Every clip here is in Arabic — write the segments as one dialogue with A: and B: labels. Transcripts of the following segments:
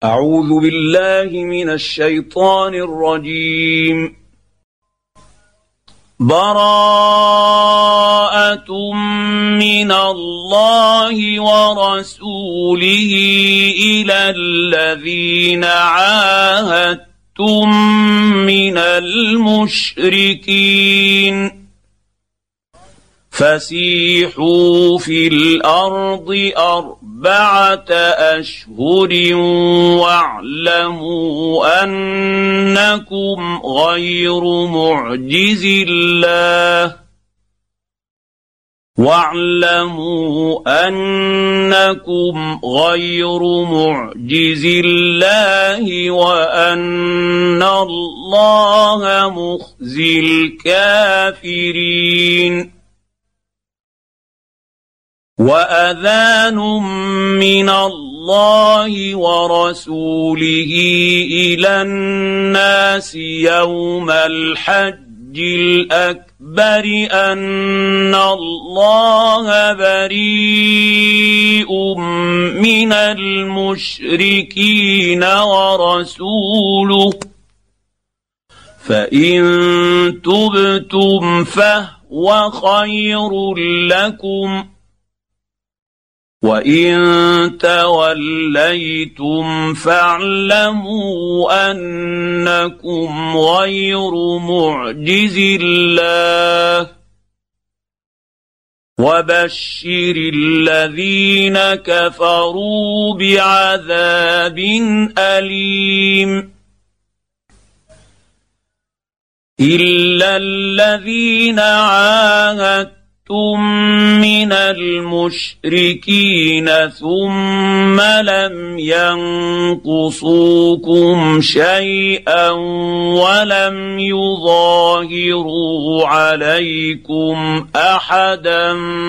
A: أعوذ بالله من الشيطان الرجيم. براءة من الله ورسوله إلى الذين عاهدتم من المشركين فسيحوا في الأرض 4 أشهر واعلموا أنكم غير معجز الله وأن الله مخزي الكافرين. وأذان من الله ورسوله إلى الناس يوم الحج الأكبر أن الله بريء من المشركين ورسوله فإن تبتم فهو خير لكم وإن توليتم فاعلموا أنكم غير معجز الله وبشر الذين كفروا بعذاب أليم. إلا الذين عاهدتم من المشركين ثم لم ينقصوكم شيئا ولم يظاهروا عليكم أحدا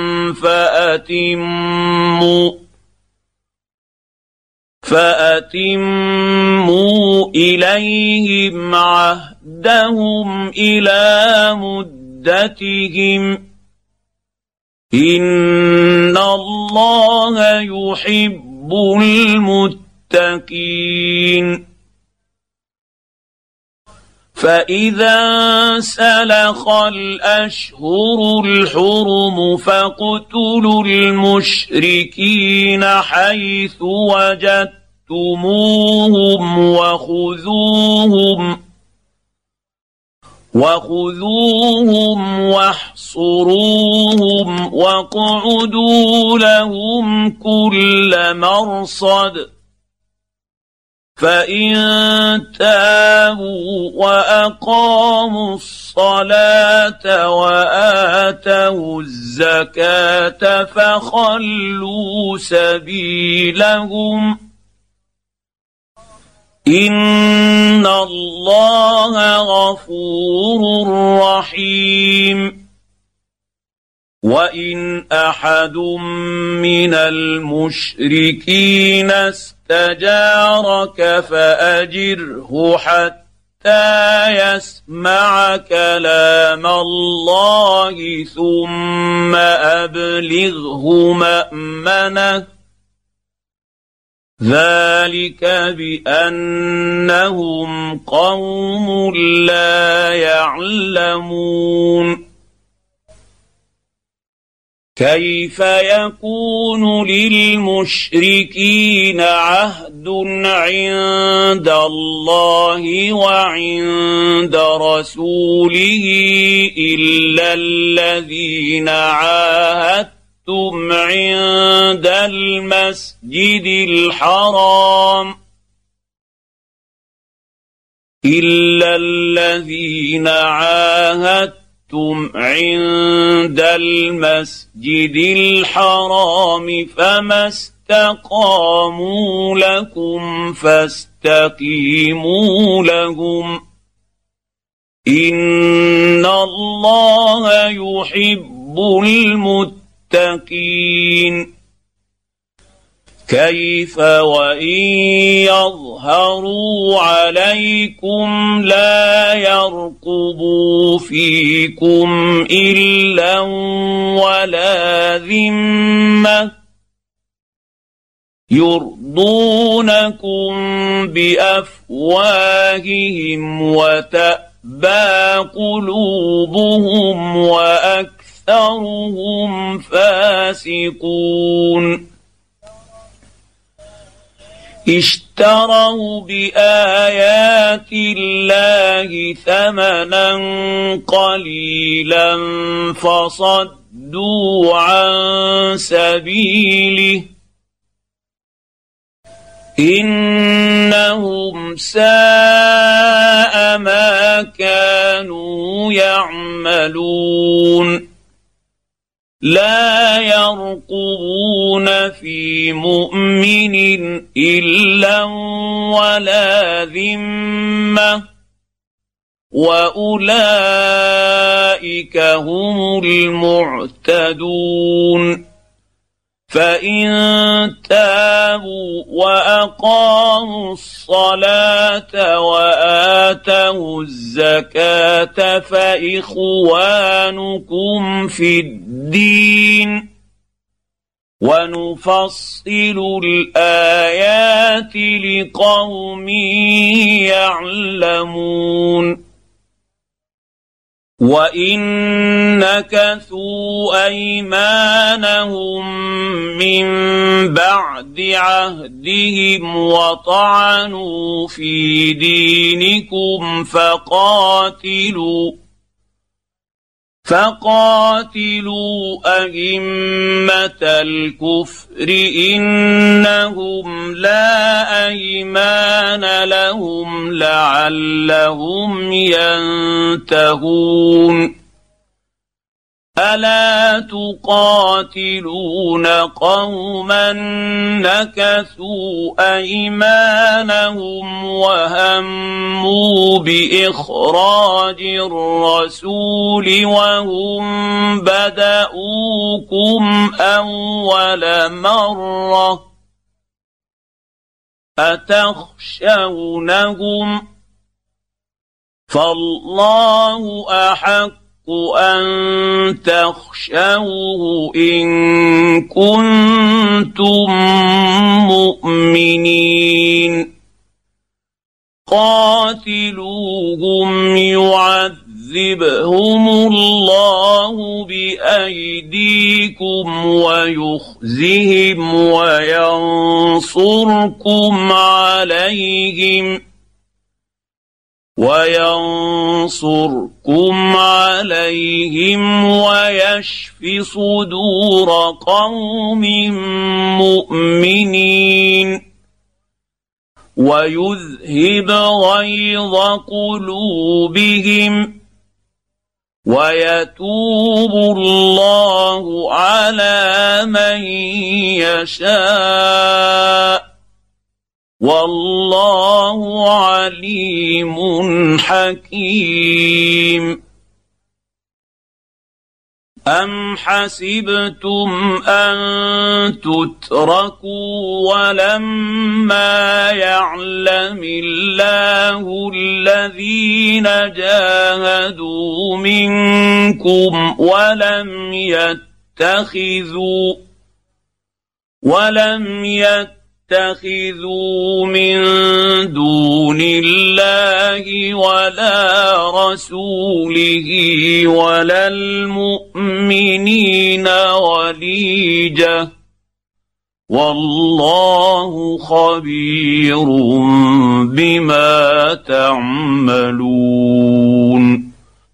A: فأتموا إليهم عهدهم إلى مدتهم إن الله يحب المتقين. فإذا سلخ الأشهر الحرم فاقتلوا المشركين حيث وجدتموهم وخذوهم واحصروهم واقعدوا لهم كل مرصد فإن تابوا وأقاموا الصلاة وآتوا الزكاة فخلوا سبيلهم إن الله غفور رحيم. وإن أحد من المشركين استجارك فأجره حتى يسمع كلام الله ثم أبلغه مأمنه ذلك بأنهم قوم لا يعلمون. كيف يكون للمشركين عهد عند الله وعند رسوله إلا الذين عاهدتم عند المسجد الحرام فما استقاموا لكم فاستقيموا لهم إن الله يحب المتقين. كيف وإن يظهروا عليكم لا يرقبوا فيكم إلا ولا ذمة يرضونكم بافواههم وتأبى قلوبهم واكثرهم فاسقون. اشتروا بايات الله ثمنا قليلا فصدوا عن سبيله انهم ساء ما كانوا يعملون. لا يرقبون في مؤمن الا ولا ذمه واولئك هم المعتدون. فان تابوا واقاموا الصلاه واتوا الزكاه فاخوانكم في الدين ونفصل الايات لقوم يعلمون. وان نكثوا ايمانهم من بعد عهدهم وطعنوا في دينكم فقاتلوا ائمه الكفر انهم لا ايمان لهم لعلهم ينتهون. الا تقاتلون قوما نكثوا ايمانهم وهموا باخراج الرسول وهم بدؤوكم اول مره اتخشونهم فالله احق أن تخشوه إن كنتم مؤمنين. قاتلوهم يعذبهم الله بأيديكم ويخزهم وينصركم عليهم ويشف صدور قوم مؤمنين ويذهب غيظ قلوبهم ويتوب الله على من يشاء والله عليم حكيم. أم حسبتم أن تتركوا ولما يعلم الله الذين جاهدوا منكم ولم يتخذوا من دون الله ولا رسوله ولا المؤمنين وليجة والله خبير بما تعملون.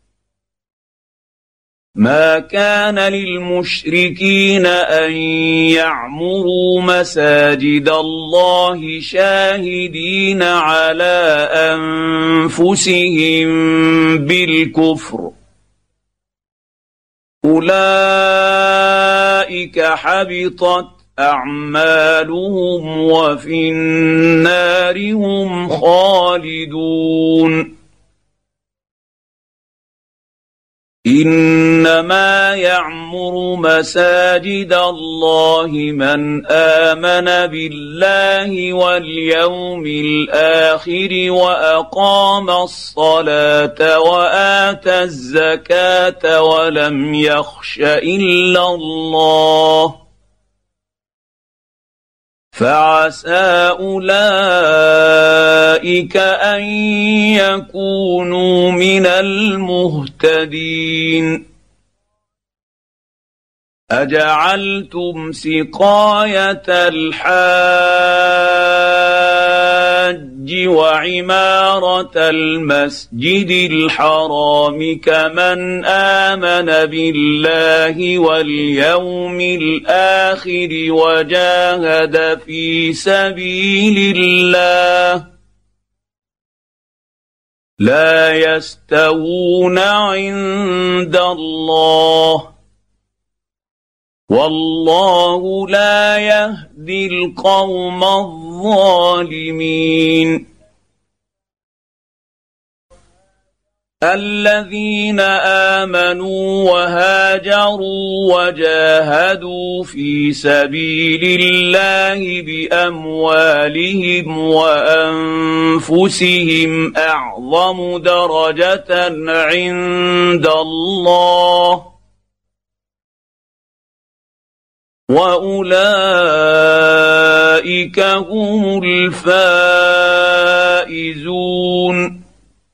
A: ما كان للمشركين ان يعمروا مساجد الله شاهدين على انفسهم بالكفر اولئك حبطت اعمالهم وفي النار هم خالدون. انما يعمر مساجد الله من امن بالله واليوم الاخر واقام الصلاه واتى الزكاه ولم يخش الا الله فعسى اولئك ان يكونوا من المهتدين. اجعلتم سقايه الحاج وعماره المسجد الحرام كمن امن بالله واليوم الاخر وجاهد في سبيل الله لا يستوون عند الله والله لا يهدي القوم الظالمين. الذين امنوا وهاجروا وجاهدوا في سبيل الله باموالهم وانفسهم اعظم درجه عند الله واولئك هم الفائزون.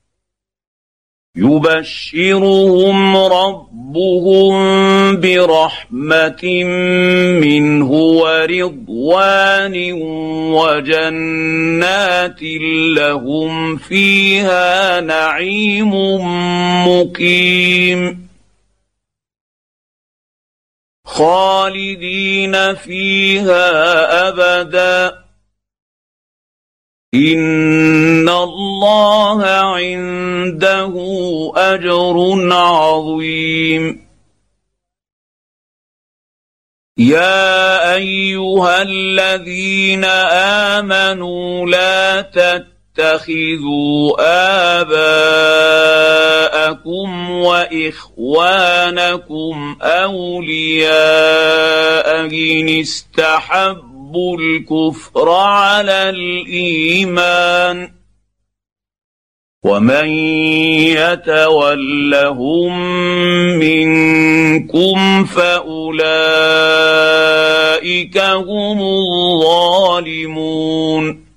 A: يبشرهم ربهم برحمه منه ورضوان وجنات لهم فيها نعيم مقيم خالدين فيها ابدا ان الله عنده اجر عظيم. يا ايها الذين امنوا لا تتخذوا آباءكم وإخوانكم أولياء إن استحبوا الكفر على الإيمان ومن يتولهم منكم فأولئك هم الظالمون.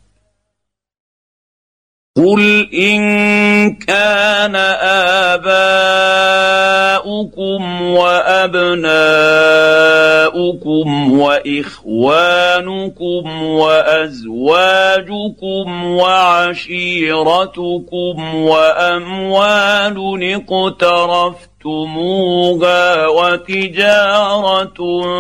A: قل إن كان آباؤكم وأبناؤكم وإخوانكم وأزواجكم وعشيرتكم وأموال اقترفتموها وتجارة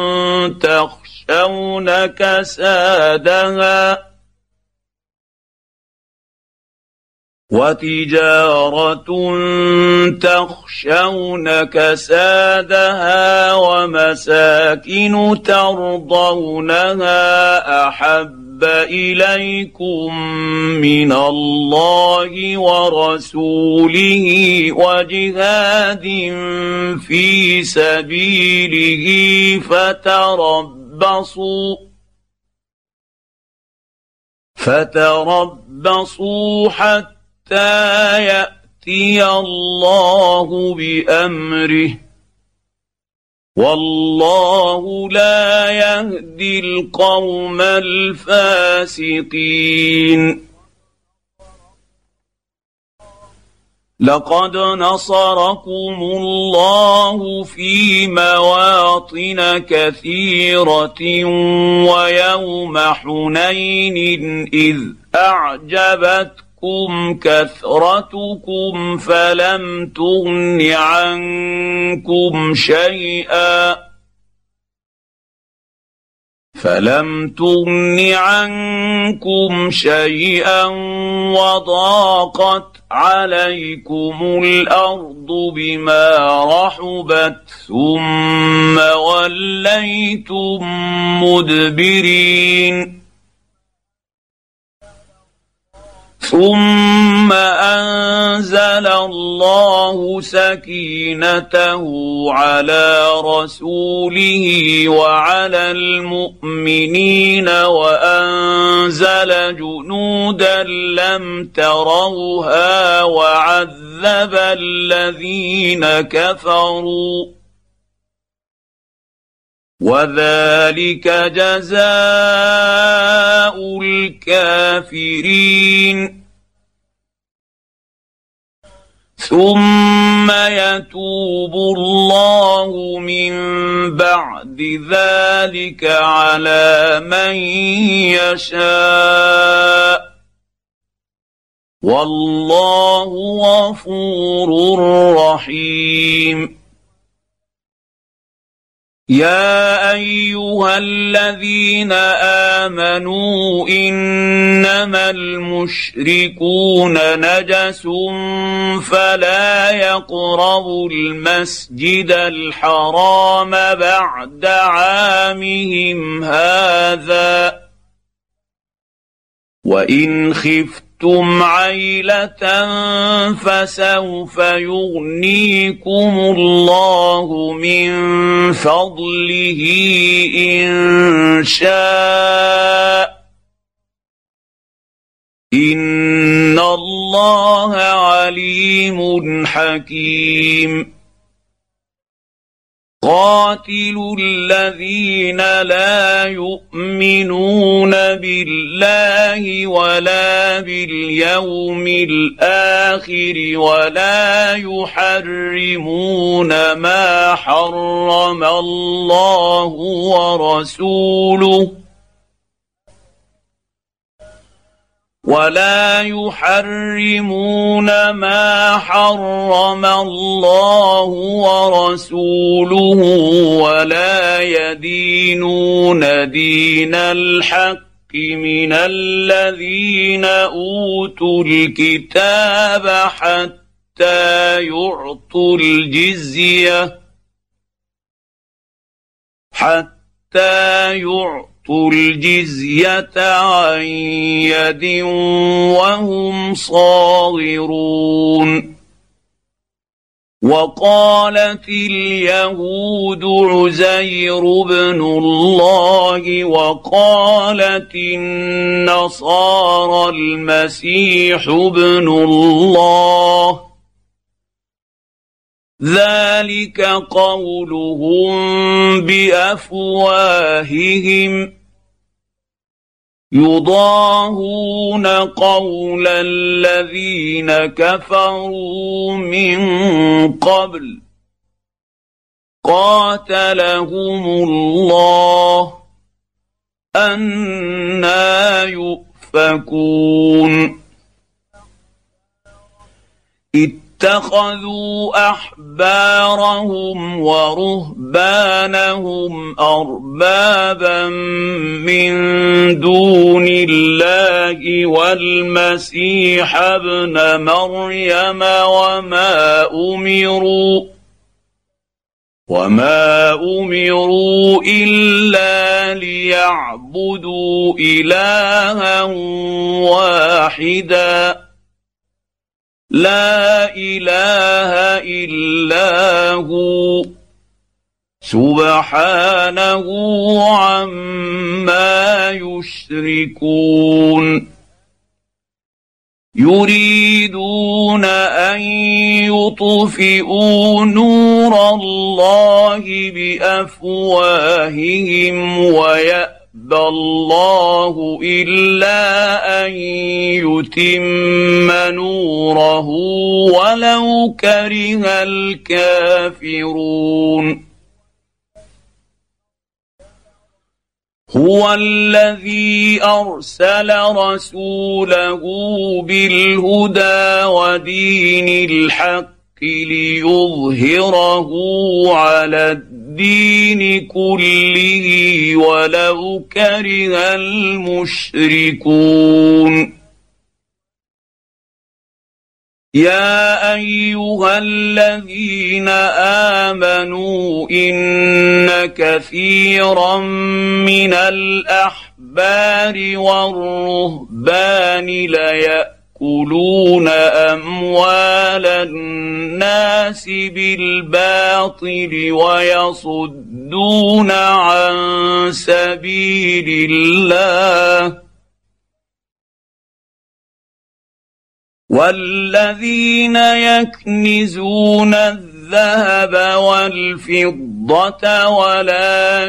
A: تخشون كسادها ومساكن ترضونها أحب إليكم من الله ورسوله وجهاد في سبيله فتربصوا حتى يأتي الله بأمره والله لا يهدي القوم الفاسقين. لقد نصركم الله في مواطن كثيرة ويوم حنين إذ أعجبتكم كثرتكم فلم تغن عنكم شيئا وضاقت عليكم الأرض بما رحبت ثم وليتم مدبرين. ثم أنزل الله سكينته على رسوله وعلى المؤمنين وأنزل جنودا لم تروها وعذب الذين كفروا وذلك جزاء الكافرين. ثم يتوب الله من بعد ذلك على من يشاء والله غفور رحيم. يا ايها الذين امنوا انما المشركون نجس فلا يقربوا المسجد الحرام بعد عامهم هذا وان خفتم عيلة فسوف يغنيكم الله من فضله إن شاء إن الله عليم حكيم. قاتلوا الذين لا يؤمنون بالله ولا باليوم الآخر ولا يحرمون ما حرم الله ورسوله ولا يحرمون ما حرم الله ورسوله ولا يدينون دين الحق من الذين أوتوا الكتاب حتى يعطوا الجزية عن يد وهم صاغرون. وقالت اليهود عزير بن الله وقالت النصارى المسيح ابن الله ذلك قولهم بأفواههم يضاهون قول الذين كفروا من قبل قاتلهم الله أنى يؤفكون. اتخذوا احبارهم ورهبانهم اربابا من دون الله والمسيح ابن مريم وما امروا الا ليعبدوا الها واحدا لا اله الا هو سبحانه عما يشركون. يريدون ان يطفئوا نور الله بافواههم ويأبى الله الا ان يتم نوره ولو كره الكافرون. هو الذي ارسل رسوله بالهدى ودين الحق ليظهره على الدين كله ولو كره المشركون. يا ايها الذين امنوا ان كثيرا من الاحبار والرهبان ليأكلون اموال الناس بالباطل ويصدون عن سبيل الله والذين يكنزون الذهب والفضة ولا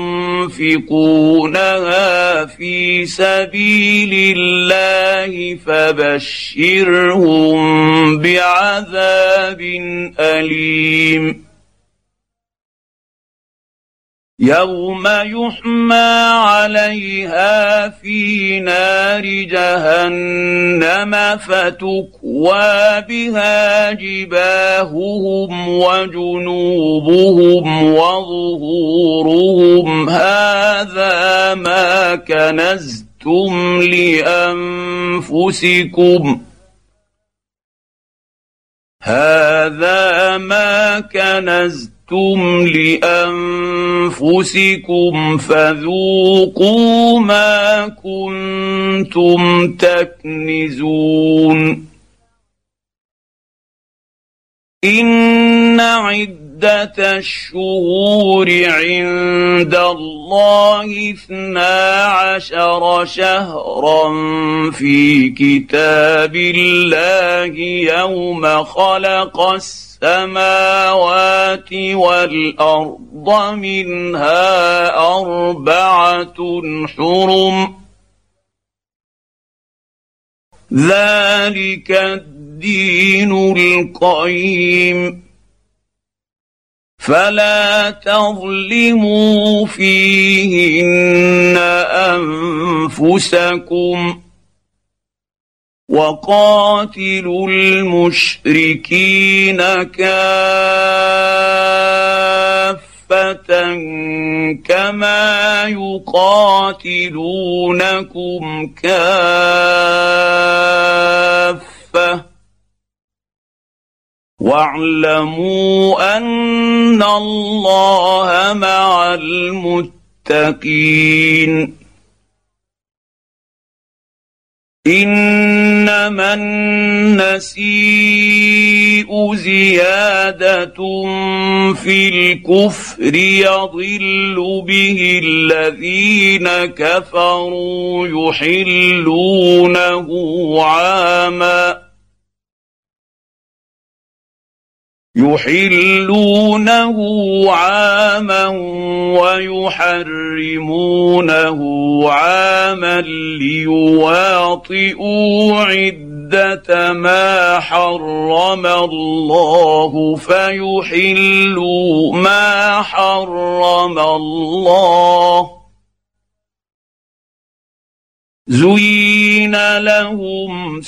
A: ينفقونها في سبيل الله فبشرهم بعذاب أليم يوم يحمى عليها في نار جهنم فتكوى بها جباههم وجنوبهم وظهورهم هذا ما كنزتم لأنفسكم لأنفسكم فذوقوا ما كنتم تكنزون إن عدة الشهور عند الله 12 شهرا في كتاب الله يوم خلق السماوات والأرض منها 4 حرم ذلك الدين القيم فلا تظلموا فيهن أنفسكم وقاتلوا المشركين كافة كما يقاتلونكم كافة واعلموا أن الله مع المتقين إنما النسيء زيادة في الكفر يضل به الذين كفروا يحلونه عاما ويحرمونه عاما ليواطئوا عدة ما حرم الله فيحلوا ما حرم الله زين لهم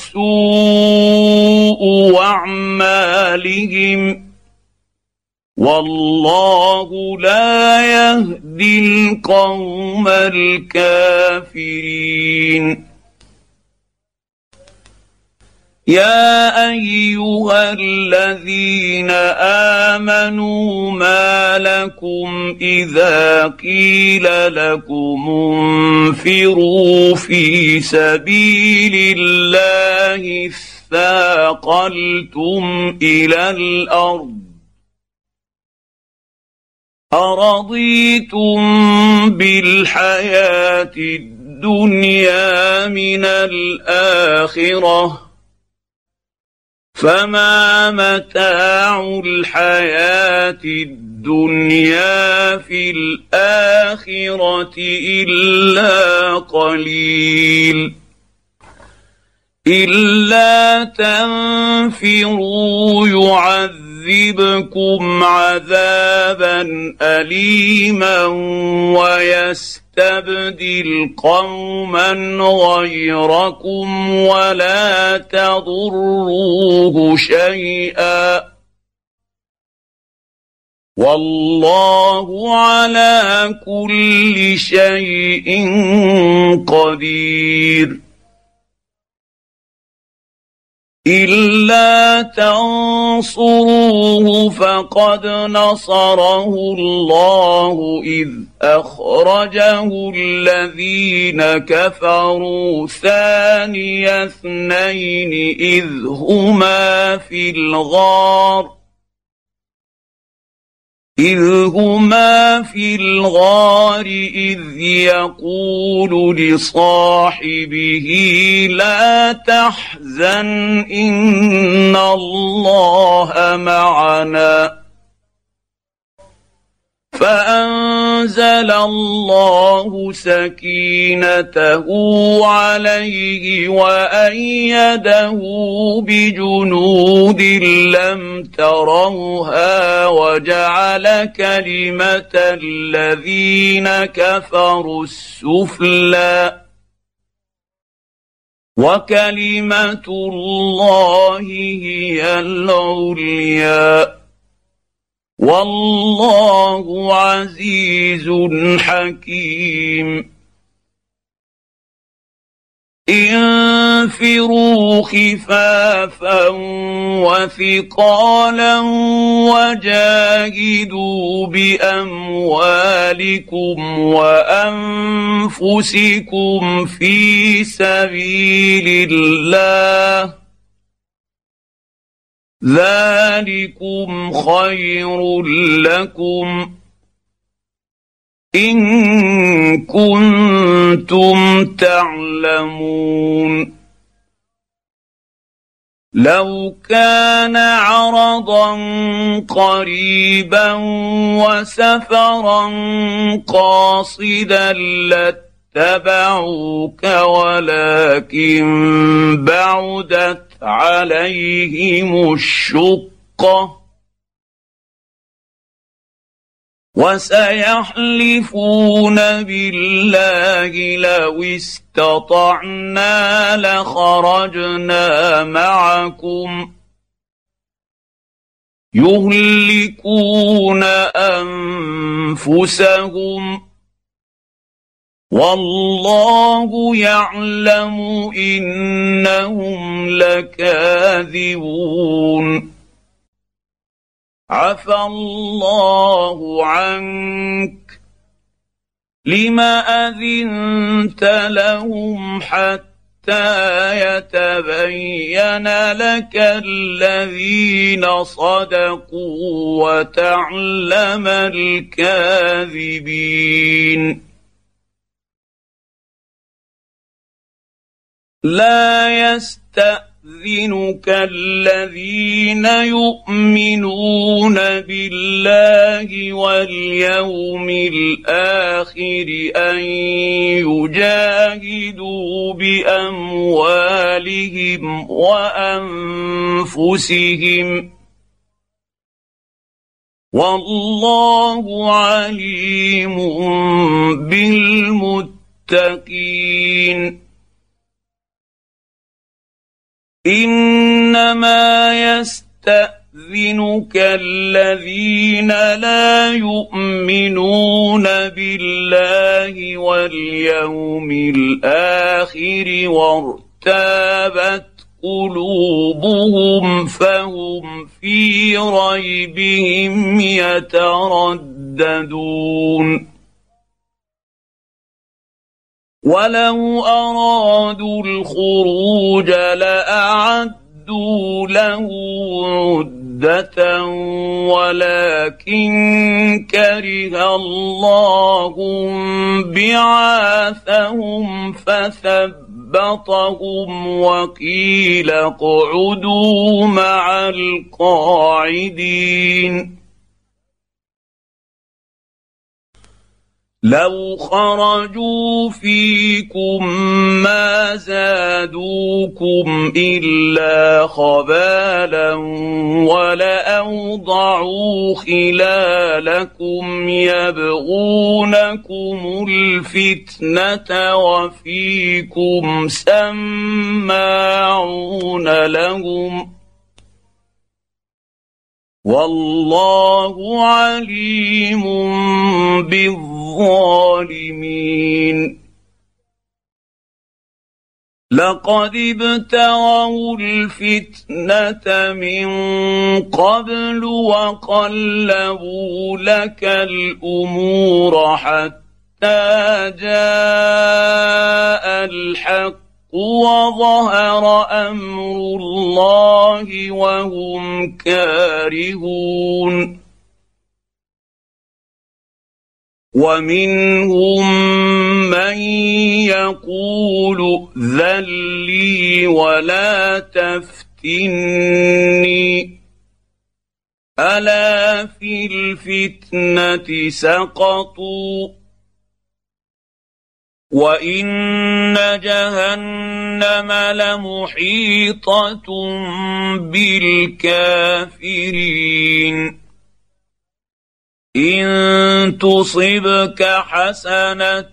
A: سوء أعمالهم والله لا يهدي القوم الكافرين يا أيها الذين آمنوا ما لكم إذا قيل لكم انفروا في سبيل الله اثاقلتم إلى الأرض أرضيتم بالحياة الدنيا من الآخرة فما متاع الحياة الدنيا في الآخرة إلا قليل إلا تنفروا يعذبكم عذابا أليما ويستبدل قوما غيركم ولا تضروه شيئا والله على كل شيء قدير إلا تنصروه فقد نصره الله إذ أخرجه الذين كفروا ثاني اثنين إذ هما في الغار إذ هما في الغار إذ يقول لصاحبه لا تحزن إن الله معنا فأنزل الله سكينته عليه وأيده بجنود لم تروها وجعل كلمة الذين كفروا السفلى وكلمة الله هي العليا والله عزيز حكيم انفروا خفافا وثقالا وجاهدوا بأموالكم وأنفسكم في سبيل الله ذلكم خير لكم إن كنتم تعلمون لو كان عرضا قريبا وسفرا قاصدا لاتبعوك ولكن بعدت عليهم الشقة وسيحلفون بالله لو استطعنا لخرجنا معكم يهلكون أنفسهم والله يعلم إنهم لكاذبون عفى الله عنك لم أذنت لهم حتى يتبين لك الذين صدقوا وتعلم الكاذبين لا يستأذنك الذين يؤمنون بالله واليوم الآخر أن يجاهدوا بأموالهم وأنفسهم والله عليم بالمتقين إنما يستأذنك الذين لا يؤمنون بالله واليوم الآخر وارتابت قلوبهم فهم في ريبهم يترددون ولو أرادوا الخروج لأعدوا له عدة ولكن كره الله بعاثهم فثبطهم وقيل اقعدوا مع القاعدين لو خرجوا فيكم ما زادوكم إلا خبالا ولأوضعوا خلالكم يبغونكم الفتنة وفيكم سماعون لهم والله عليم بالظالمين لقد ابتغوا الفتنة من قبل وقلبوا لك الأمور حتى جاء الحق وظهر أمر الله وهم كارهون ومنهم من يقول ائذن لي ولا تفتني ألا في الفتنة سقطوا وإن جهنم لمحيطة بالكافرين إن تصبك حسنة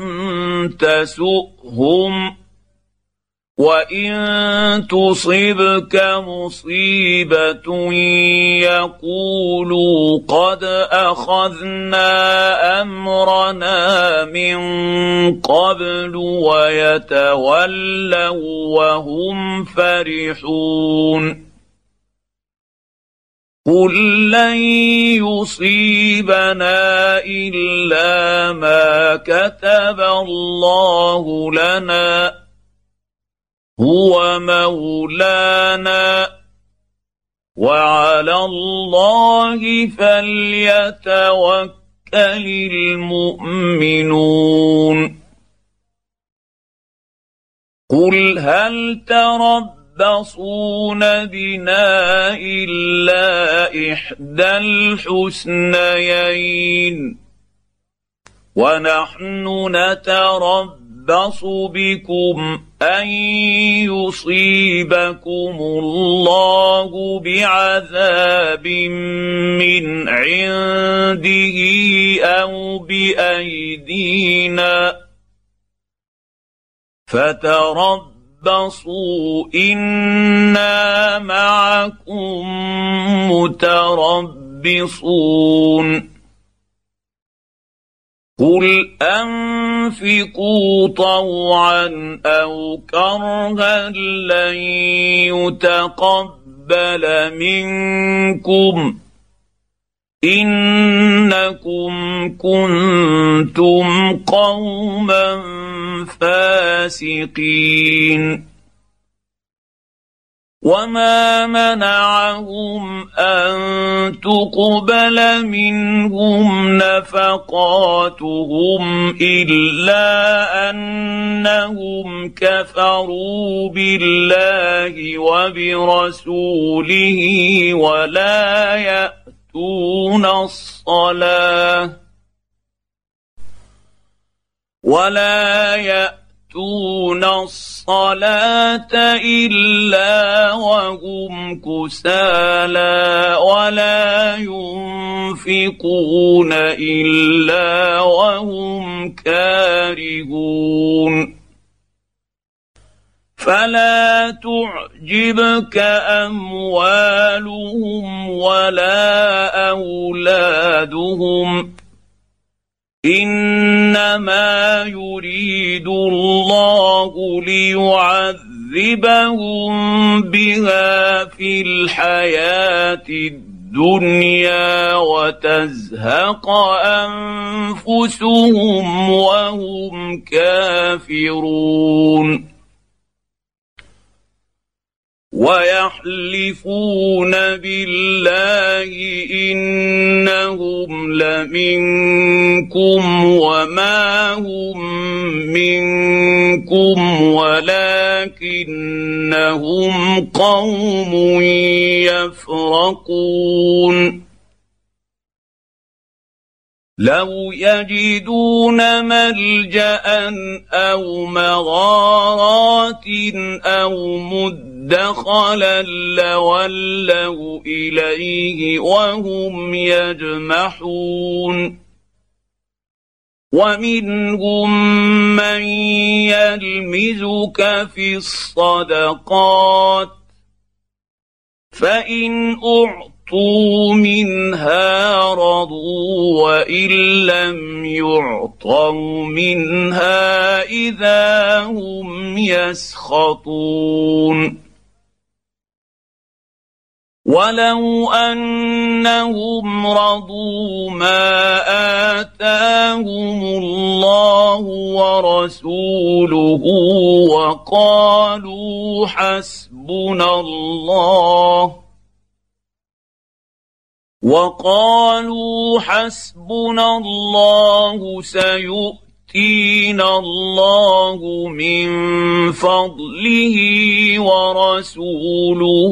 A: تسؤهم وإن تصبك مصيبة يقولوا قد أخذنا أمرنا من قبل ويتولوا وهم فرحون قل لن يصيبنا إلا ما كتب الله لنا هو مولانا وعلى الله فليتوكل المؤمنون قل هل تربصون بنا إلا إحدى الحسنيين ونحن نتربص بكم أن يصيبكم الله بعذاب من عنده أو بأيدينا فتربصوا إنا معكم متربصون قل أنفقوا طوعا أو كرها لن يتقبل منكم إنكم كنتم قوما فاسقين وما منعهم أن تقبل منهم نفقاتهم إلا أنهم كفروا بالله وبرسوله ولا يأتون الصلاة إلا وهم كسالى ولا ينفقون إلا وهم كارهون فلا تعجبك أموالهم ولا أولادهم إنما يريد الله ليعذبهم بها في الحياة الدنيا وتزهق أنفسهم وهم كافرون ويحلفون بالله إنهم لمنكم وما هم منكم ولكنهم قوم يفرقون لو يجدون ملجأ أو مغارات أو مدخلا لولوا إليه وهم يجمحون ومنهم من يلمزك في الصدقات فإن أعطوا منها رضوا وإن لم يعطوا منها إذا هم يسخطون ولو أنهم رضوا ما آتاهم الله ورسوله وقالوا حسبنا الله وقالوا حسبنا الله سيؤتينا الله من فضله ورسوله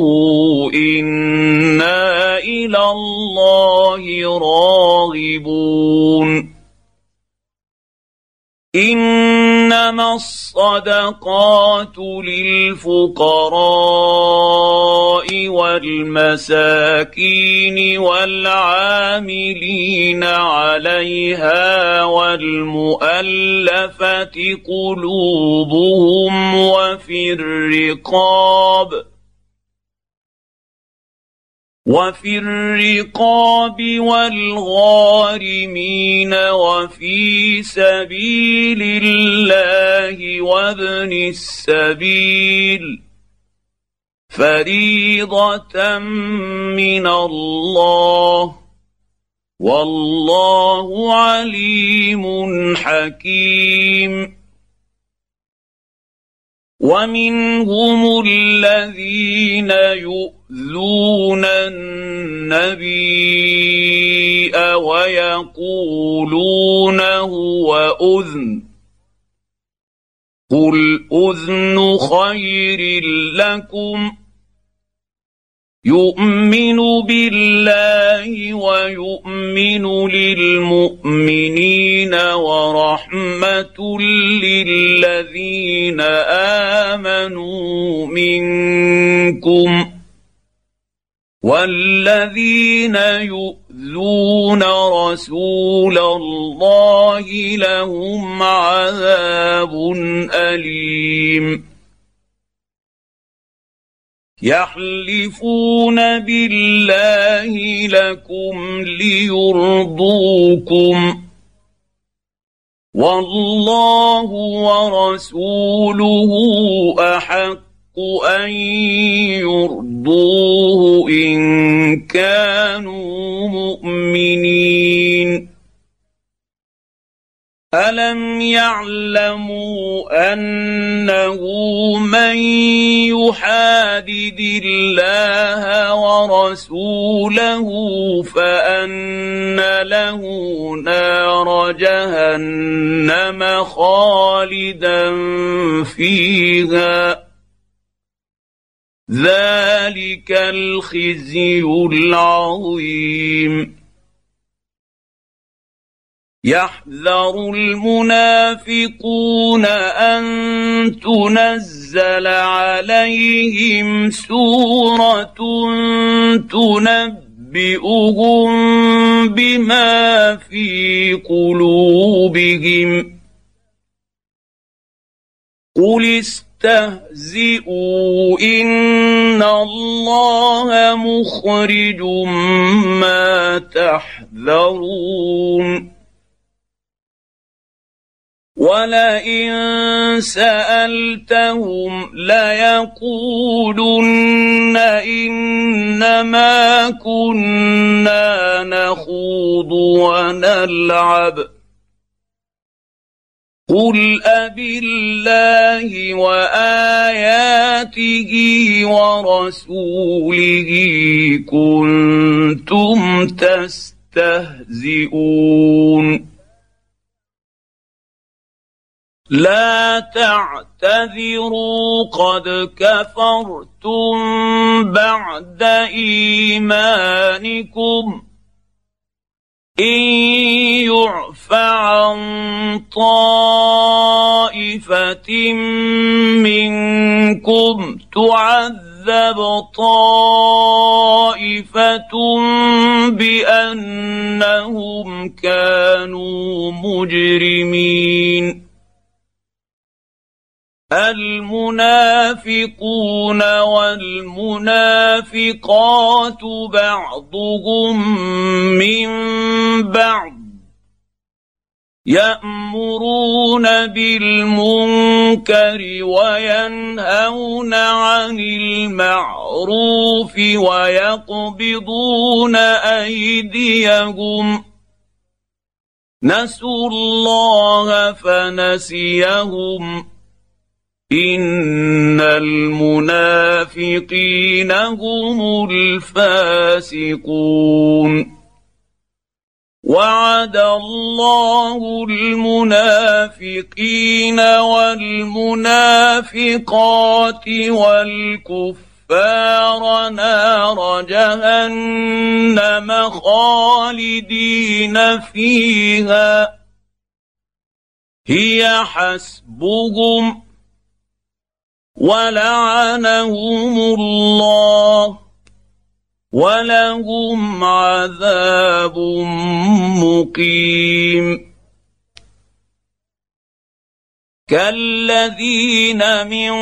A: إنا إلى الله راغبون إنما الصدقات للفقراء والمساكين والعاملين عليها والمؤلفة قلوبهم وفي الرقاب والغارمين وفي سبيل الله وابن السبيل فريضة من الله والله عليم حكيم ومنهم الذين يؤذون النبي ويقولون هو أذن قل أذن خير لكم يؤمن بالله ويؤمن للمؤمنين ورحمة للذين آمنوا منكم والذين يؤذون رسول الله لهم عذاب أليم يحلفون بالله لكم ليرضوكم والله ورسوله أحق أن يرضوه إن كانوا مؤمنين ألم يعلموا أنه من يحادد الله ورسوله فأن له نار جهنم خالدا فيها ذلك الخزي العظيم يحذر المنافقون أن تنزل عليهم سورة تنبئهم بما في قلوبهم قل استهزئوا إن الله مخرج ما تحذرون ولئن سألتهم ليقولن إنما كنا نخوض ونلعب قل أبالله وآياته ورسوله كنتم تستهزئون لا تعتذروا قد كفرتم بعد إيمانكم إن يعف عن طائفة منكم تعذب طائفة بأنهم كانوا مجرمين المنافقون والمنافقات بعضهم من بعض يأمرون بالمنكر وينهون عن المعروف ويقبضون أيديهم نسوا الله فنسيهم إن المنافقين هم الفاسقون وعد الله المنافقين والمنافقات والكفار نار جهنم خالدين فيها هي حسبهم ولعنهم الله ولهم عذاب مقيم كالذين من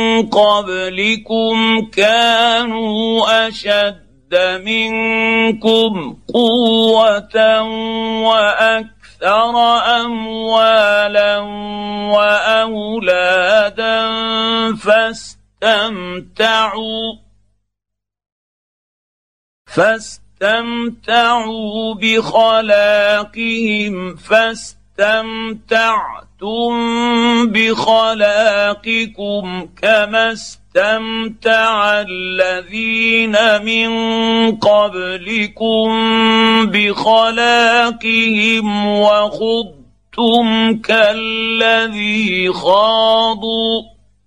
A: قبلكم كانوا أشد منكم قوة وأكثر أموالا وأولادا فاستمتعوا بخلاقهم فاستمتعتم بخلاقكم كما استمتع الذين من قبلكم بخلاقهم وخضتم كالذي خاضوا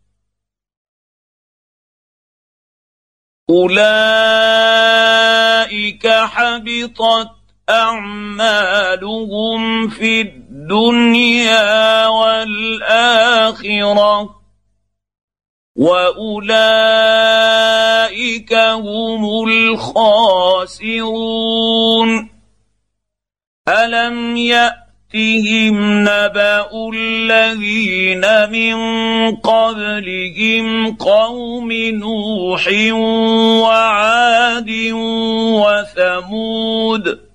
A: أولئك حبطت أعمالهم في الدنيا والآخرة وأولئك هم الخاسرون ألم يأتهم نبأ الذين من قبلهم قوم نوح وعاد وثمود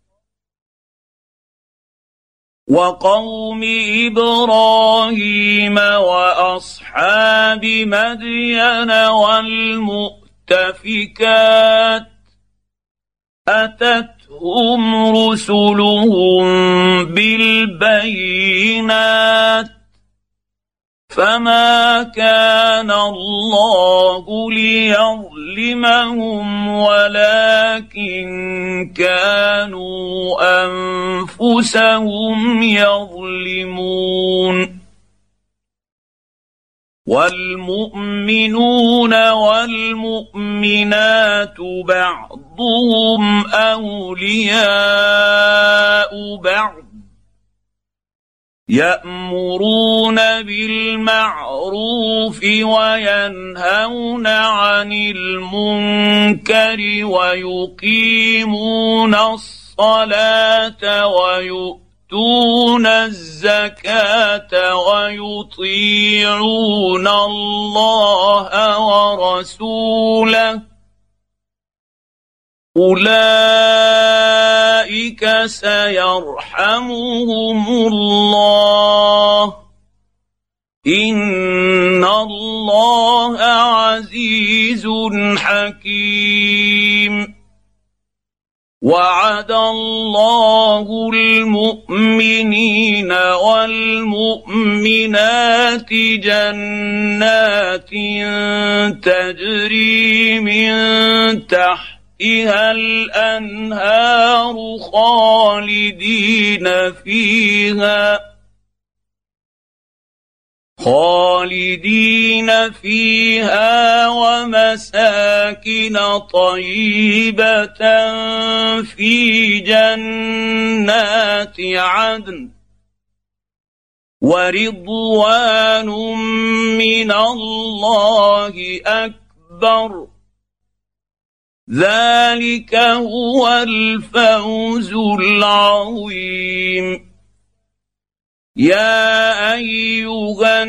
A: وقوم إبراهيم وأصحاب مدين والمؤتفكات أتتهم رسلهم بالبينات فما كان الله ليظلمهم ولكن كانوا أنفسهم يظلمون والمؤمنون والمؤمنات بعضهم أولياء بعض يأمرون بالمعروف وينهون عن المنكر ويقيمون الصلاة ويؤتون الزكاة ويطيعون الله ورسوله أولئك سيرحمهم الله إن الله عزيز حكيم وعد الله المؤمنين والمؤمنات جنات تجري من تحتها الأنهار خالدين فيها ومساكن طيبة في جنات عدن ورضوان من الله أكبر ذلك هو الفوز العظيم يا أيها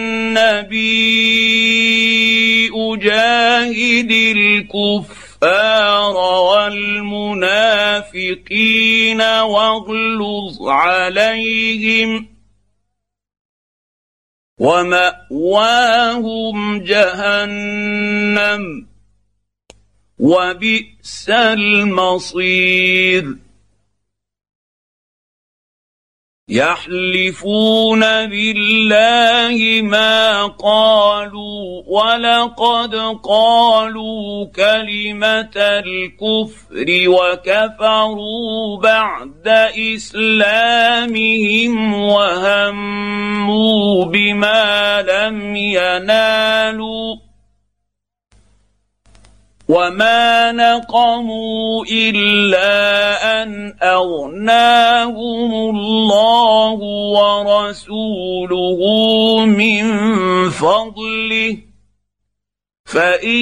A: النبي جاهد الكفار والمنافقين واغلظ عليهم ومأواهم جهنم وبئس المصير يحلفون بالله ما قالوا ولقد قالوا كلمة الكفر وكفروا بعد إسلامهم وهموا بما لم ينالوا وما نقموا إلا أن أغناهم الله ورسوله من فضله فإن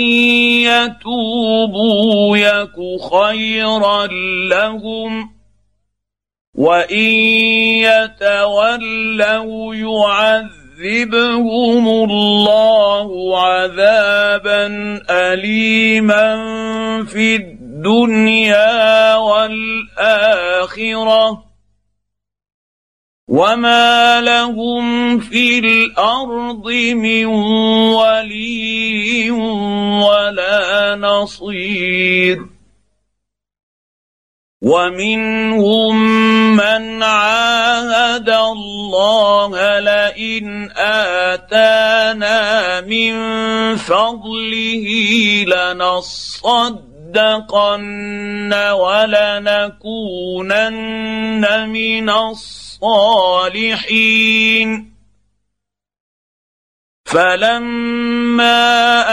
A: يتوبوا يك خيرا لهم وإن يتولوا يعذبهم الله عذابا أليما في الدنيا والآخرة وما لهم في الأرض من ولي ولا نصير ومنهم من عاهد الله لئن آتانا من فضله لنصدقن ولنكونن من الصالحين فلما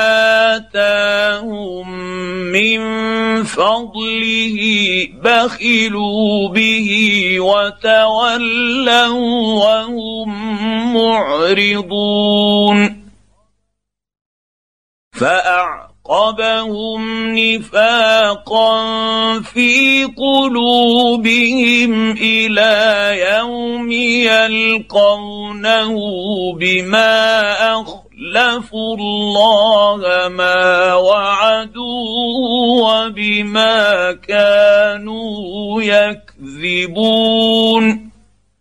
A: آتاهم من فضله بخلوا به وتولوا وهم معرضون فأعقبهم نفاقا في قلوبهم إلى يوم يلقونه بما أخلفوا الله ما وعدوا وبما كانوا يكذبون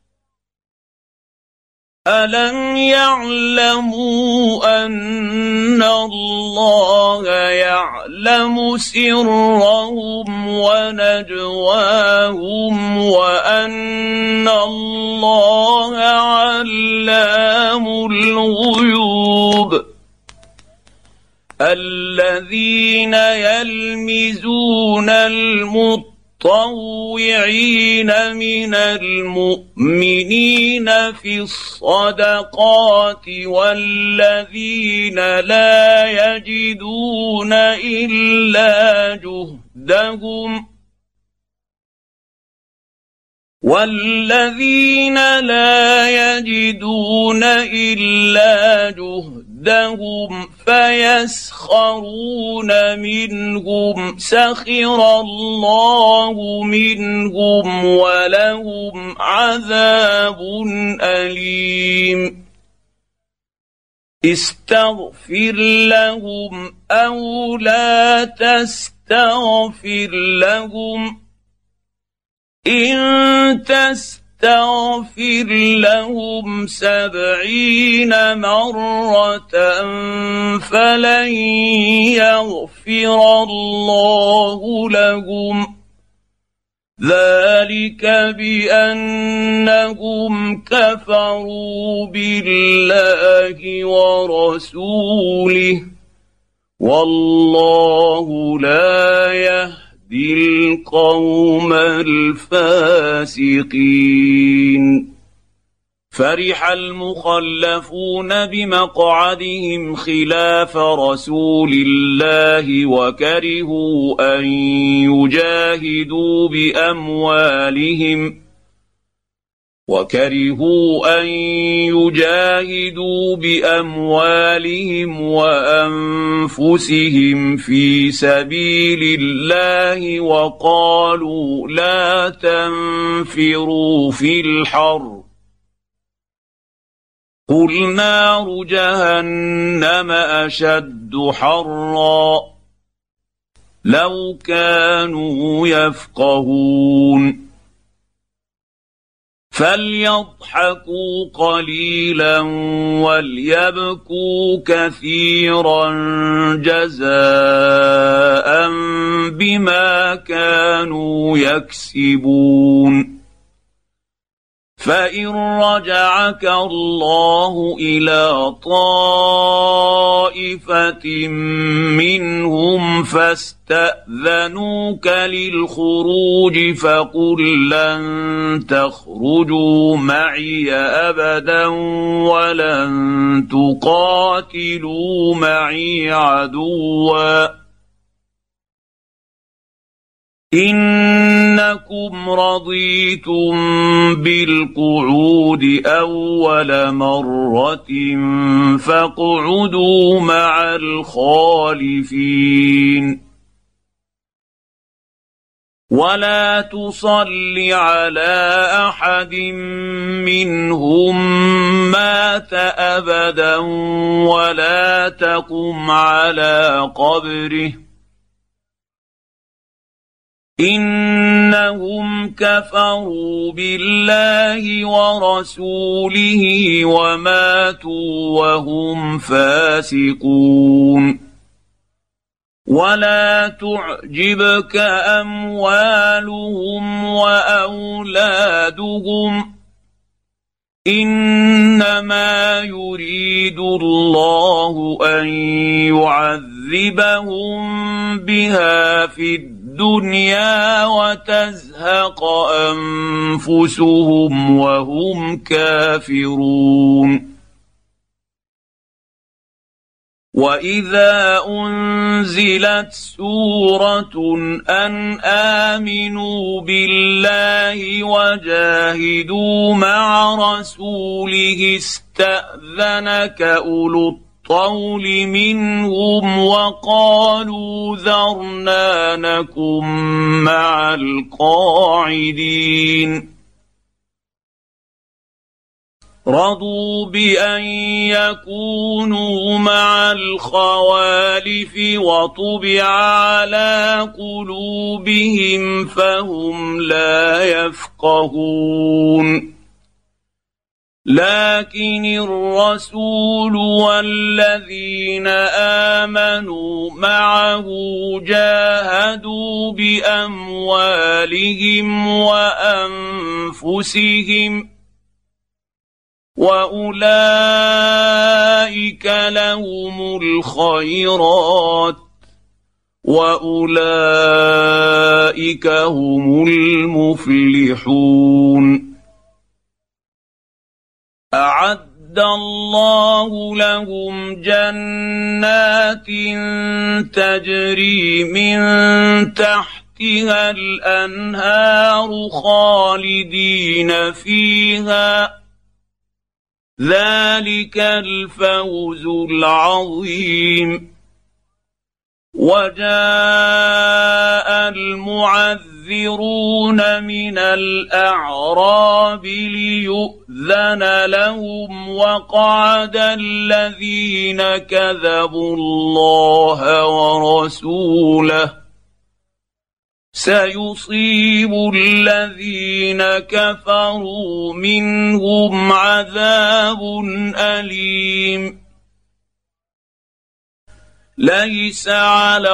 A: ألم يعلموا أن الله يعلم سرهم ونجواهم وأن الله علام الغيوب الذين يلمزون المطوعين من المؤمنين في الصدقات والذين لا يجدون إلا جهدهم فيسخرون منهم سخر الله منهم ولهم عذاب أليم استغفر لهم أو لا تستغفر لهم إن تستغفر لهم 70 مرة فلن يغفر الله لهم ذلك بأنهم كفروا بالله ورسوله والله لا يهدي القوم الفاسقين فرح المخلفون بمقعدهم خلاف رسول الله وكرهوا أن يجاهدوا بأموالهم وأنفسهم في سبيل الله وقالوا لا تنفروا في الحر قل نار جهنم أشد حرا لو كانوا يفقهون فليضحكوا قليلا وليبكوا كثيرا جزاء بما كانوا يكسبون فإن رجعك الله إلى طائفة منهم فاستأذنوك للخروج فقل لن تخرجوا معي أبدا ولن تقاتلوا معي عدوا إنكم رضيتم بالقعود أول مرة فاقعدوا مع الخالفين ولا تصل على أحد منهم مات أبدا ولا تقم على قبره إنهم كفروا بالله ورسوله وماتوا وهم فاسقون ولا تعجبك أموالهم وأولادهم إنما يريد الله أن يعذبهم بها في الدنيا وتزهق أنفسهم وهم كافرون وإذا أنزلت سورة أن آمنوا بالله وجاهدوا مع رسوله استأذنك أولو الطول منهم وقالوا ذرنا نكن مع القاعدين رضوا بأن يكونوا مع الخوالف وطبع على قلوبهم فهم لا يفقهون لكن الرسول والذين آمنوا معه جاهدوا بأموالهم وأنفسهم وأولئك لهم الخيرات وأولئك هم المفلحون أعد الله لهم جنات تجري من تحتها الأنهار خالدين فيها ذلك الفوز العظيم وجاء المعذرون من الأعراب ليؤذن لهم وقعد الذين كذبوا الله ورسوله سيصيب الذين كفروا منهم عذاب أليم ليس على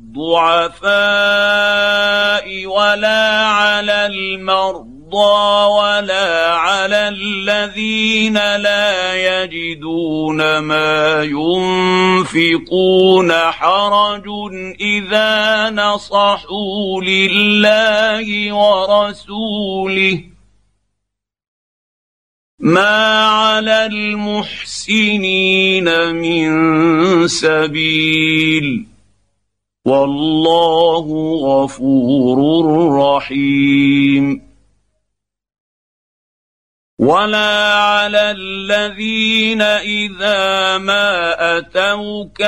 A: الضعفاء ولا على المرضى ولا على الذين لا يجدون ما ينفقون حرج إذا نصحوا لله ورسوله ما على المحسنين من سبيل والله غفور رحيم ولا على الذين إذا ما أتوك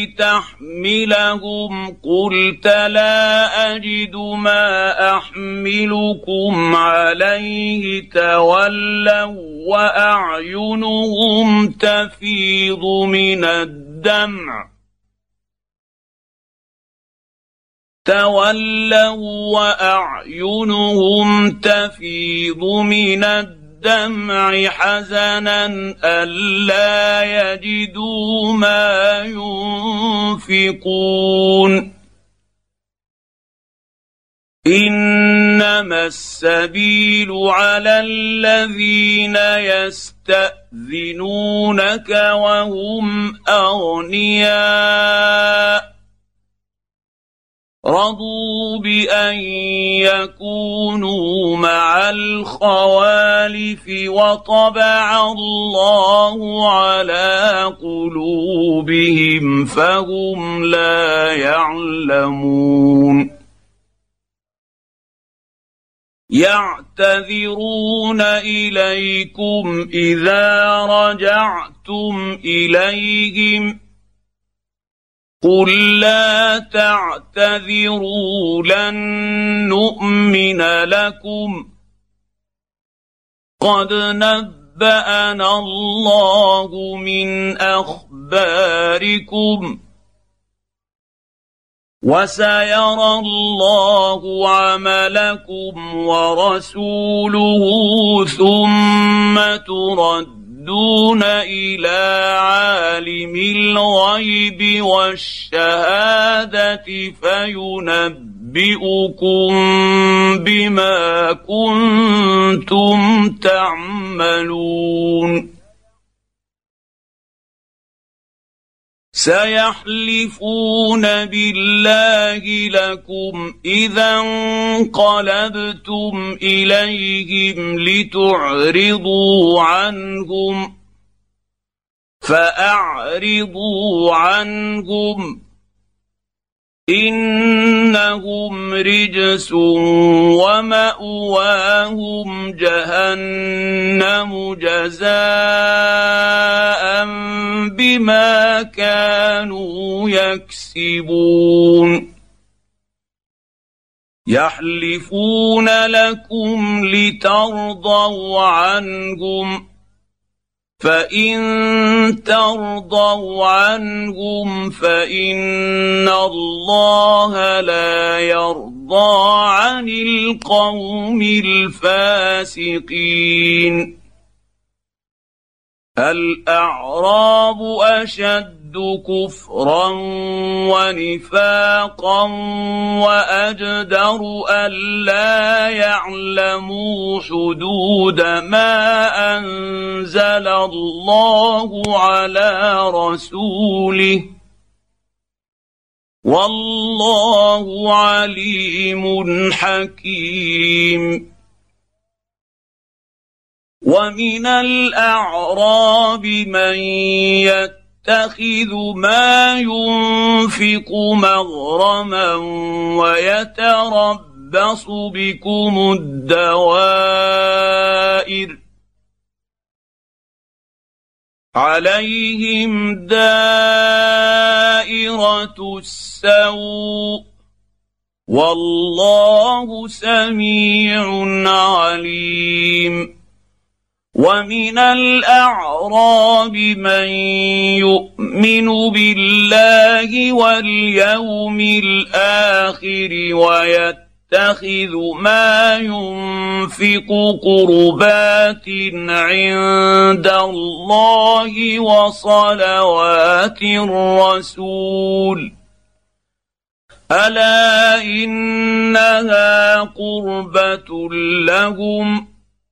A: لتحملهم قلت لا أجد ما أحملكم عليه تولوا وأعينهم تفيض من الدمع حزنا ألا يجدوا ما ينفقون إنما انما السبيل على الذين يستأذنونك وهم أغنياء رضوا بأن يكونوا مع الخوالف وطبع الله على قلوبهم فهم لا يعلمون يعتذرون إليكم إذا رجعتم إليهم قل لا تعتذروا لن نؤمن لكم قد نبأنا الله من أخباركم وسيرى الله عملكم ورسوله ثم تردون إلى عالم الغيب والشهادة فينبئكم بما كنتم تعملون سيحلفون بالله لكم إذا انقلبتم إليهم لتعرضوا عنهم فأعرضوا عنهم إنهم رجس ومأواهم جهنم جزاء بما كانوا يكسبون يحلفون لكم لترضوا عنهم فإن ترضوا عنهم فإن الله لا يرضى عن القوم الفاسقين الأعراب أشد كفرا ونفاقا وأجدر ألا يعلموا حدود ما أنزل الله على رسوله والله عليم حكيم ومن الأعراب من يتخذ ما ينفق مغرما ويتربص بكم الدوائر عليهم دائرة السوء والله سميع عليم ومن الأعراب من يؤمن بالله واليوم الآخر ويتخذ ما ينفق قربات عند الله وصلوات الرسول ألا إنها قربة لهم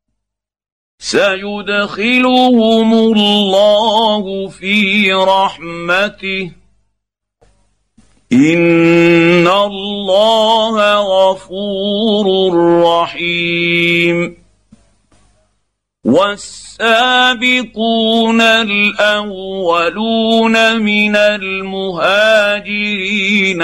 A: سيدخلهم الله في رحمته إن الله غفور رحيم والسابقون الأولون من المهاجرين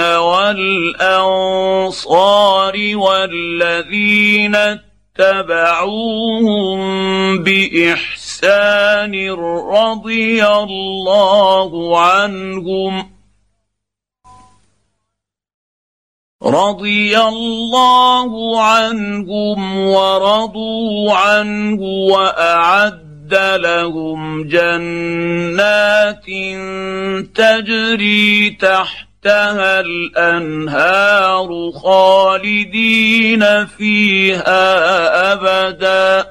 A: والأنصار والذين اتبعوهم بإحسان رضي الله عنهم ورضوا عنه وأعد لهم جنات تجري تحتها الأنهار خالدين فيها أبدا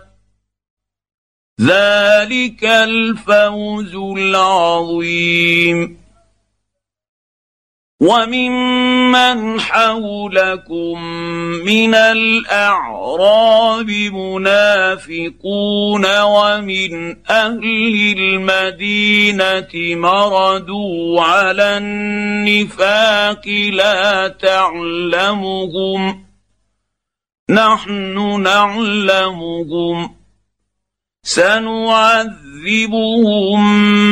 A: ذلك الفوز العظيم وممن حولكم من الأعراب منافقون ومن أهل المدينة مردوا على النفاق لا تعلمهم نحن نعلمهم سنعذبهم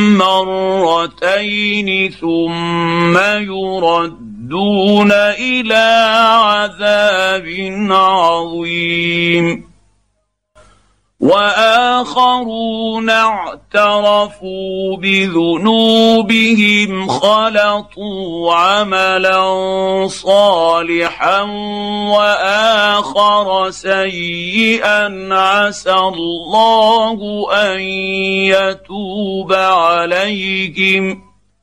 A: مرتين ثم يردون إلى عذاب عظيم وآخرون اعترفوا بذنوبهم خلطوا عملا صالحا وآخر سيئا عسى الله أن يتوب عليهم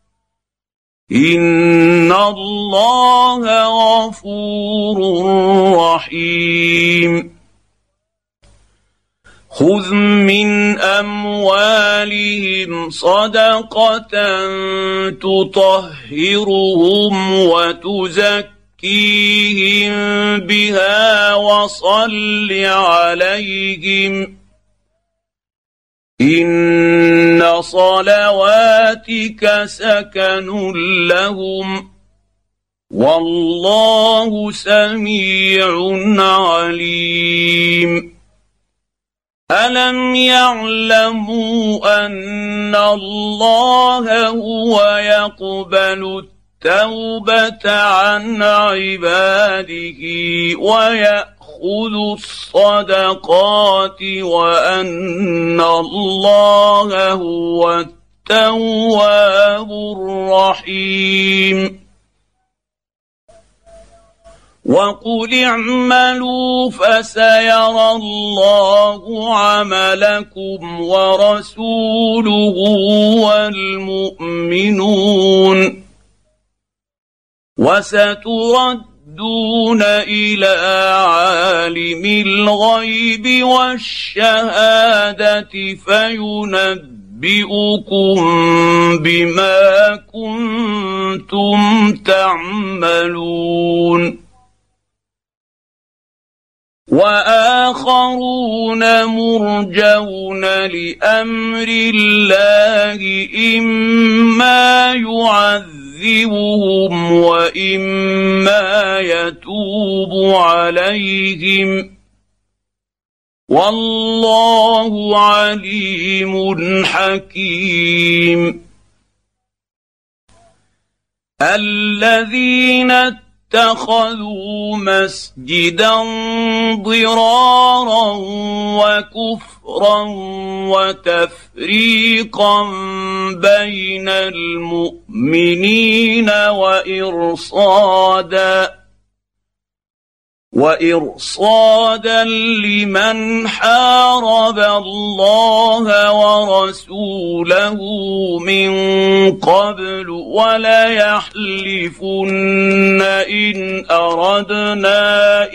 A: إن الله غفور رحيم خذ من أموالهم صدقة تطهرهم وتزكيهم بها وصل عليهم إن صلواتك سكن لهم والله سميع عليم ألم يعلموا أن الله هو يقبل التوبة عن عباده ويأخذ الصدقات وأن الله هو التواب الرحيم وقل اعملوا فسيرى الله عملكم ورسوله والمؤمنون وستردون إلى عالم الغيب والشهادة فينبئكم بما كنتم تعملون وآخرون مرجون لأمر الله إما يعذبهم وإما يتوب عليهم والله عليم حكيم الذين اتخذوا مسجدا ضرارا وكفرا وتفريقا بين المؤمنين وإرصادا لمن حارب الله ورسوله من قبل وليحلفن إن أردنا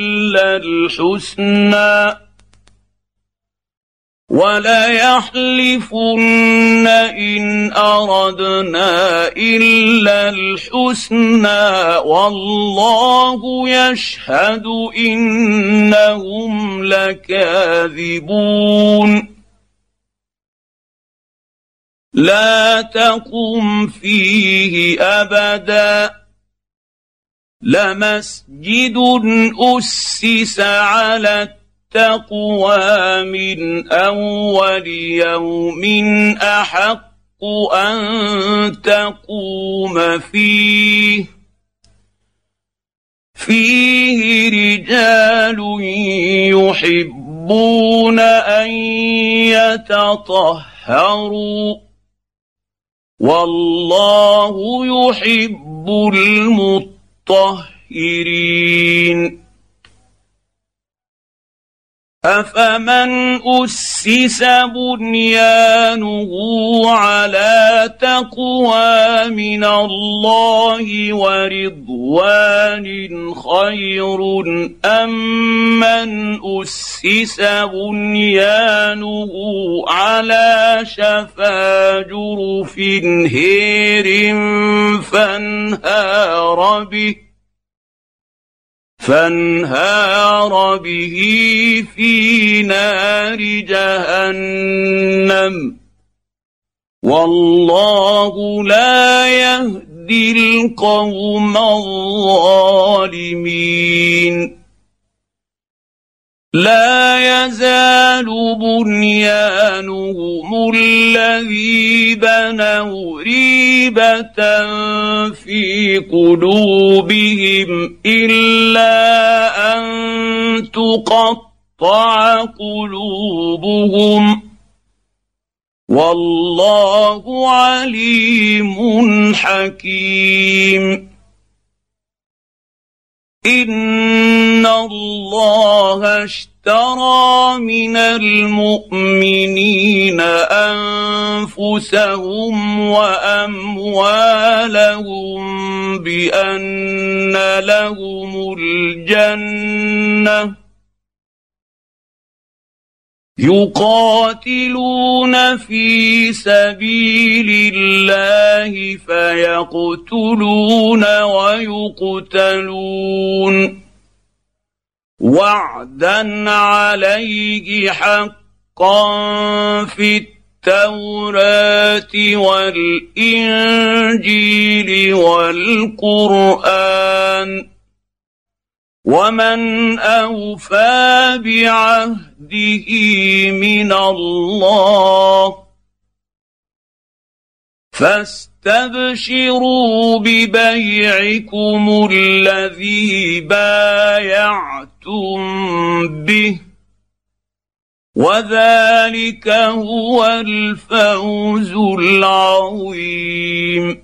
A: إلا الحسنى والله يشهد إنهم لكاذبون لا تقم فيه أبدا لمسجد أسس على التقوى من أول يوم أحق أن تقوم فيه رجال يحبون أن يتطهروا والله يحب المطهرين أفمن أسس بنيانه على تقوى من الله ورضوان خير أم من أسس بنيانه على شفا جرف هير فانهار به في نار جهنم والله لا يهدي القوم الظالمين لا يزال بنيانهم الذي بنوا ريبة في قلوبهم إلا أن تقطع قلوبهم والله عليم حكيم إن الله اشترى من المؤمنين أنفسهم وأموالهم بأن لهم الجنة يقاتلون في سبيل الله فيقتلون ويقتلون وعدا عليه حقا في التوراة والإنجيل والقرآن ومن أوفى بعهده من الله فاستبشروا ببيعكم الذي بايعتم به وذلك هو الفوز العظيم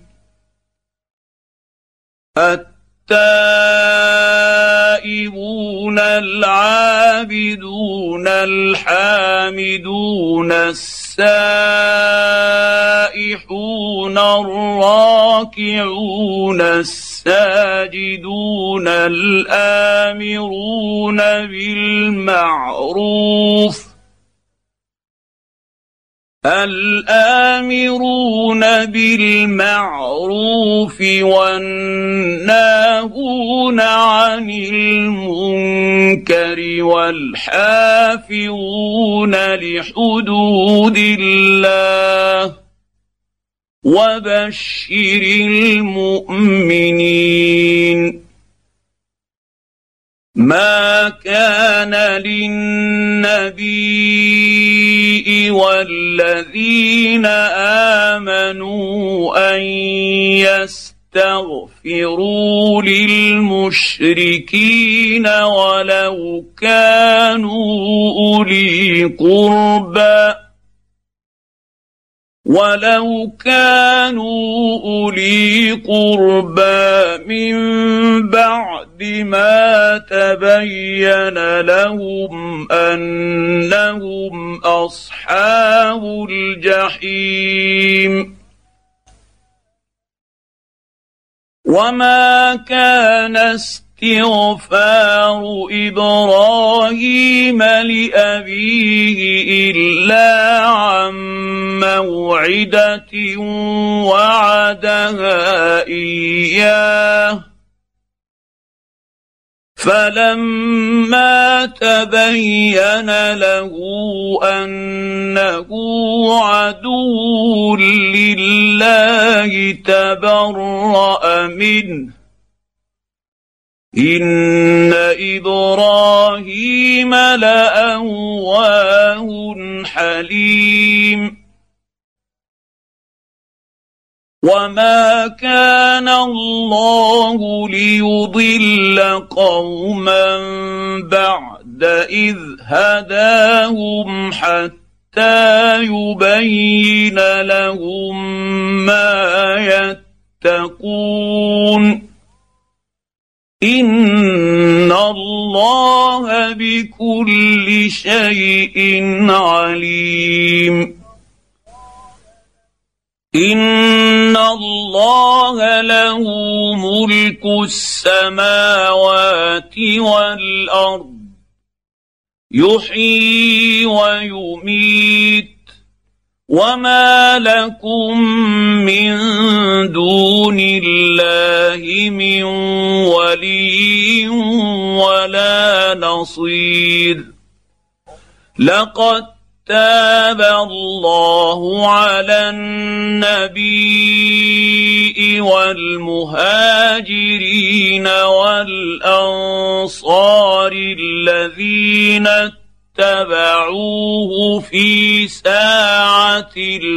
A: التائبون العابدون الحامدون السائحون الراكعون الساجدون الآمرون بالمعروف والناهون عن المنكر والحافظون لحدود الله وبشر المؤمنين ما كان للنبي والذين آمنوا أن يستغفروا للمشركين ولو كانوا أولي قربى من بعد ما تبين لهم أنهم أصحاب الجحيم وما كان استغفار إبراهيم لأبيه إلا عن موعدة وعدها إياه فلما تبين له أنه عدو لله تبرأ منه إن إبراهيم لأواه حليم وما كان الله ليضل قوما بعد إذ هداهم حتى يبين لهم ما يتقون إن الله بكل شيء عليم إن الله له ملك السماوات والأرض يحيي ويميت وما لكم من دون الله من ولي ولا نصير لقد تاب الله على النبي والمهاجرين والأنصار الذين اتبعوه في ساعة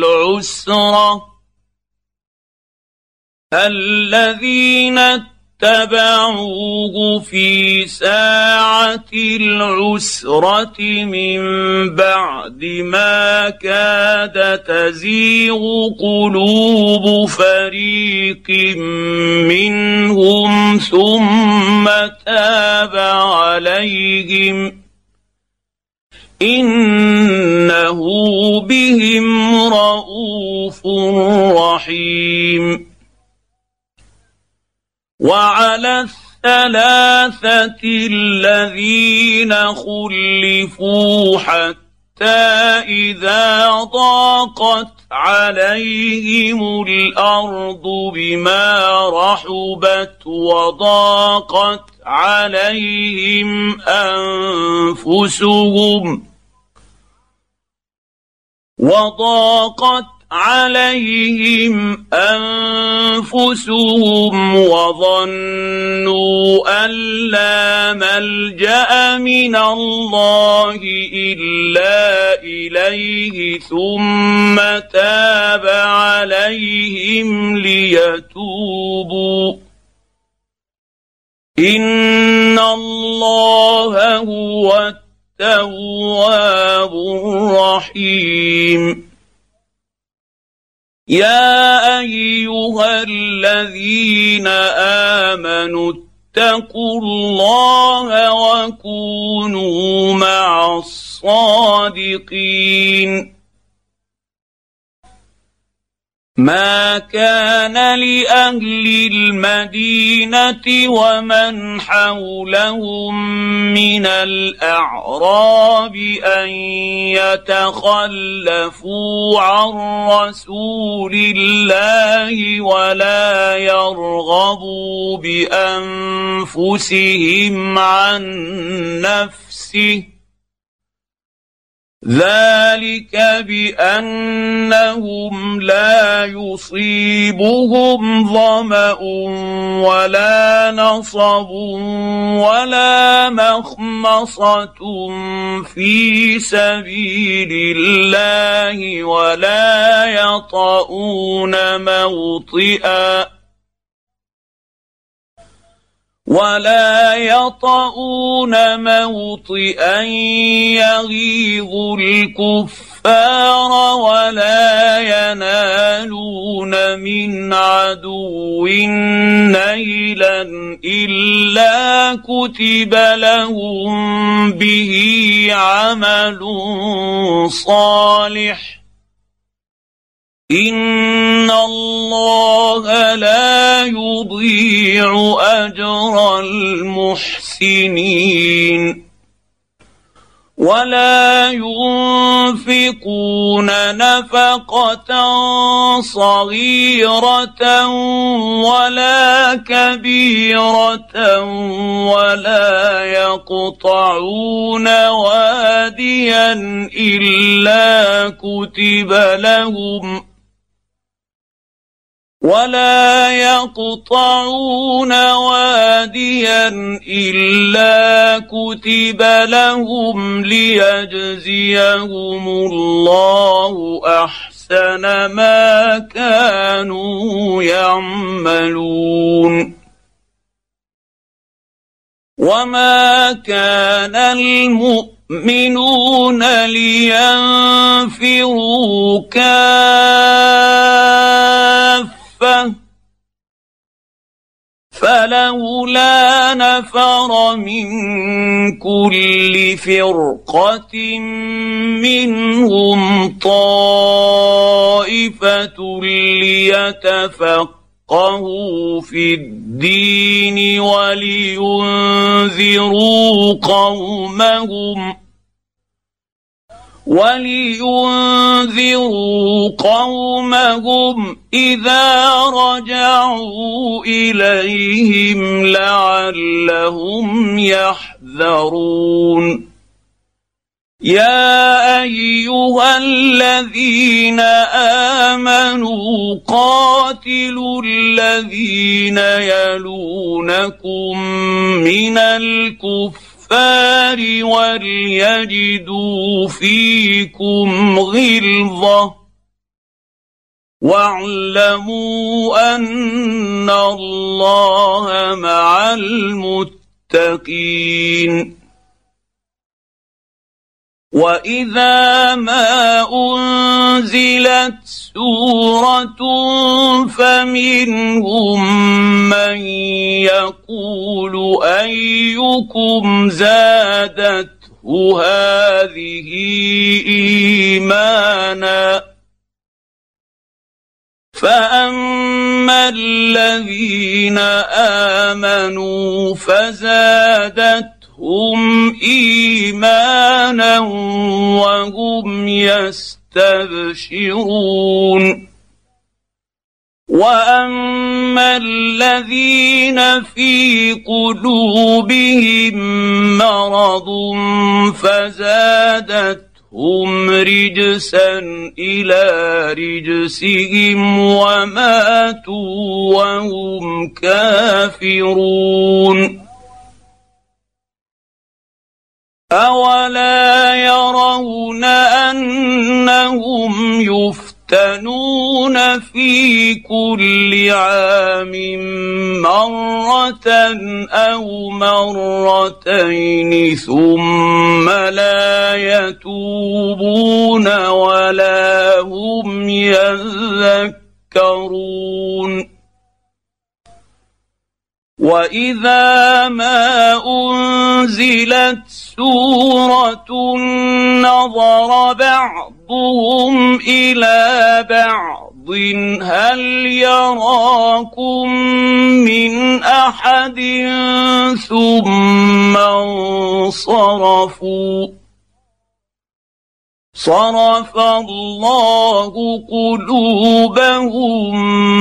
A: العسرة من بعد ما كاد تزيغ قلوب فريق منهم ثم تاب عليهم إنه بهم رءوف رحيم وعلى الثلاثة الذين خلفوا حتى إذا ضاقت عليهم الأرض بما رحبت وضاقت عليهم أنفسهم وظنوا أن لا ملجأ من الله إلا إليه ثم تاب عليهم ليتوبوا إن الله هو التواب الرحيم يا أيها الذين آمنوا اتقوا الله وكونوا مع الصادقين ما كان لأهل المدينة ومن حولهم من الأعراب أن يتخلفوا عن رسول الله ولا يرغبوا بأنفسهم عن نفسه ذلك بأنهم لا يصيبهم ظمأ ولا نصب ولا مخمصة في سبيل الله ولا يطؤون موطئا يغيظ الكفار ولا ينالون من عدو نيلا إلا كتب لهم به عمل صالح إن الله لا يضيع أجر المحسنين ولا ينفقون نفقة صغيرة ولا كبيرة ولا يقطعون واديا إلا كتب لهم ليجزيهم الله أحسن ما كانوا يعملون وما كان المؤمنون لينفروا كافة فلولا نفر من كل فرقة منهم طائفة ليتفقهوا في الدين ولينذروا قومهم إذا رجعوا إليهم لعلهم يحذرون. يا أيها الذين آمنوا قاتلوا الذين يلونكم من الكفر وليجدوا فيكم غلظة واعلموا أن الله مع المتقين. وإذا ما أنزلت سورة فمنهم من يقول أيكم زادته هذه إيمانا فأما الذين آمنوا فزادتهم إيمانا وهم يستبشرون. وأما الذين في قلوبهم مرض فزادتهم رجسا إلى رجسهم وماتوا وهم كافرون. أولا يرون أنهم يفتنون في كل عام مرة أو مرتين ثم لا يتوبون ولا هم يذكرون. وإذا ما أنزلت سورة نظر بعضهم إلى بعض هل يراكم من أحد ثم انصرفوا صرف الله قلوبهم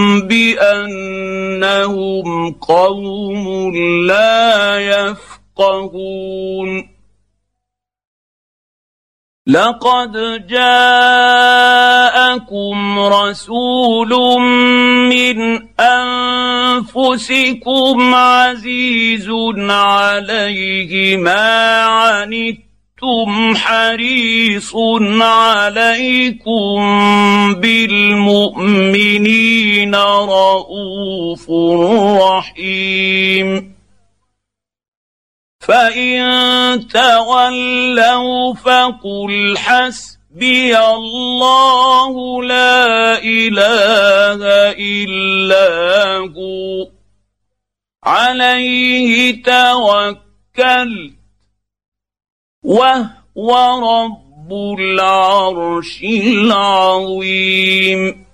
A: بأنهم قوم لا يفقهون. لقد جاءكم رسول من أنفسكم عزيز عليه ما عنتم حريص عليكم بالمؤمنين رؤوف رحيم. فإن تولوا فقل حسبي الله لا إله إلا هو عليه توكلت وهو رب العرش العظيم.